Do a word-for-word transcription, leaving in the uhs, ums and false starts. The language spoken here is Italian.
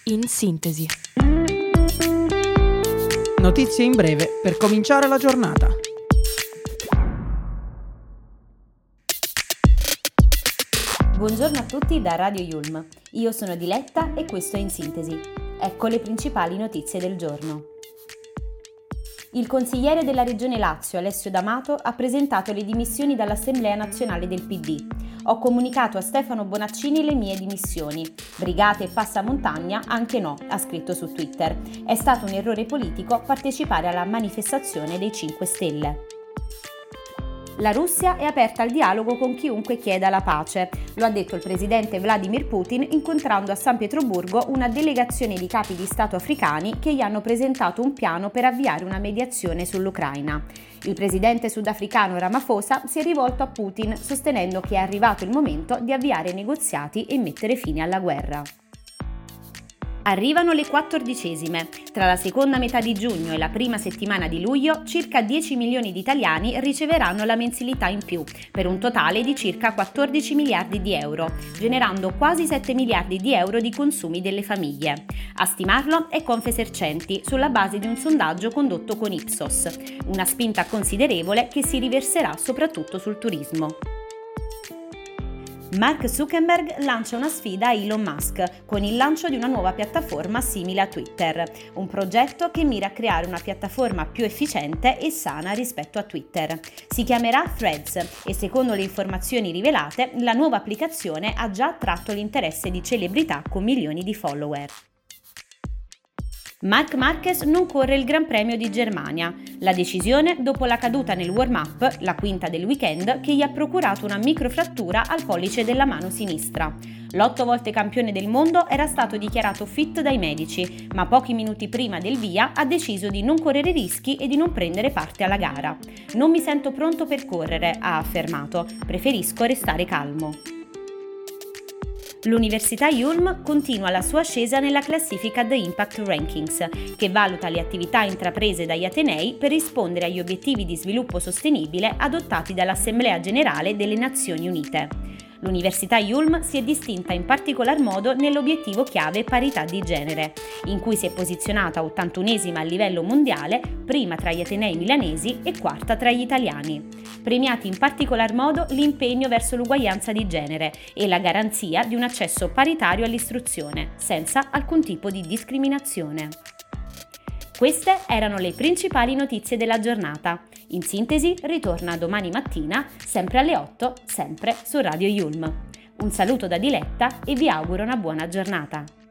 In sintesi. Notizie in breve per cominciare la giornata. Buongiorno a tutti da Radio Yulm. Io sono Diletta e questo è In Sintesi. Ecco le principali notizie del giorno. Il consigliere della Regione Lazio, Alessio D'Amato, ha presentato le dimissioni dall'Assemblea Nazionale del P D. Ho comunicato a Stefano Bonaccini le mie dimissioni. Brigate e passamontagna, anche no, ha scritto su Twitter. È stato un errore politico partecipare alla manifestazione dei cinque Stelle. La Russia è aperta al dialogo con chiunque chieda la pace. Lo ha detto il presidente Vladimir Putin incontrando a San Pietroburgo una delegazione di capi di Stato africani che gli hanno presentato un piano per avviare una mediazione sull'Ucraina. Il presidente sudafricano Ramaphosa si è rivolto a Putin sostenendo che è arrivato il momento di avviare negoziati e mettere fine alla guerra. Arrivano le quattordicesime. Tra la seconda metà di giugno e la prima settimana di luglio, circa dieci milioni di italiani riceveranno la mensilità in più, per un totale di circa quattordici miliardi di euro, generando quasi sette miliardi di euro di consumi delle famiglie. A stimarlo è Confesercenti, sulla base di un sondaggio condotto con Ipsos, una spinta considerevole che si riverserà soprattutto sul turismo. Mark Zuckerberg lancia una sfida a Elon Musk con il lancio di una nuova piattaforma simile a Twitter, un progetto che mira a creare una piattaforma più efficiente e sana rispetto a Twitter. Si chiamerà Threads e secondo le informazioni rivelate la nuova applicazione ha già attratto l'interesse di celebrità con milioni di follower. Marc Marquez non corre il Gran Premio di Germania. La decisione dopo la caduta nel warm-up, la quinta del weekend, che gli ha procurato una microfrattura al pollice della mano sinistra. L'otto volte campione del mondo era stato dichiarato fit dai medici, ma pochi minuti prima del via ha deciso di non correre rischi e di non prendere parte alla gara. «Non mi sento pronto per correre», ha affermato. «Preferisco restare calmo». L'Università Yulm continua la sua ascesa nella classifica The Impact Rankings, che valuta le attività intraprese dagli atenei per rispondere agli obiettivi di sviluppo sostenibile adottati dall'Assemblea Generale delle Nazioni Unite. L'Università Yulm si è distinta in particolar modo nell'obiettivo chiave parità di genere, in cui si è posizionata ottantunesima a livello mondiale, prima tra gli atenei milanesi e quarta tra gli italiani. Premiati in particolar modo l'impegno verso l'uguaglianza di genere e la garanzia di un accesso paritario all'istruzione, senza alcun tipo di discriminazione. Queste erano le principali notizie della giornata. In sintesi, ritorna domani mattina, sempre alle otto, sempre su Radio Yulm. Un saluto da Diletta e vi auguro una buona giornata.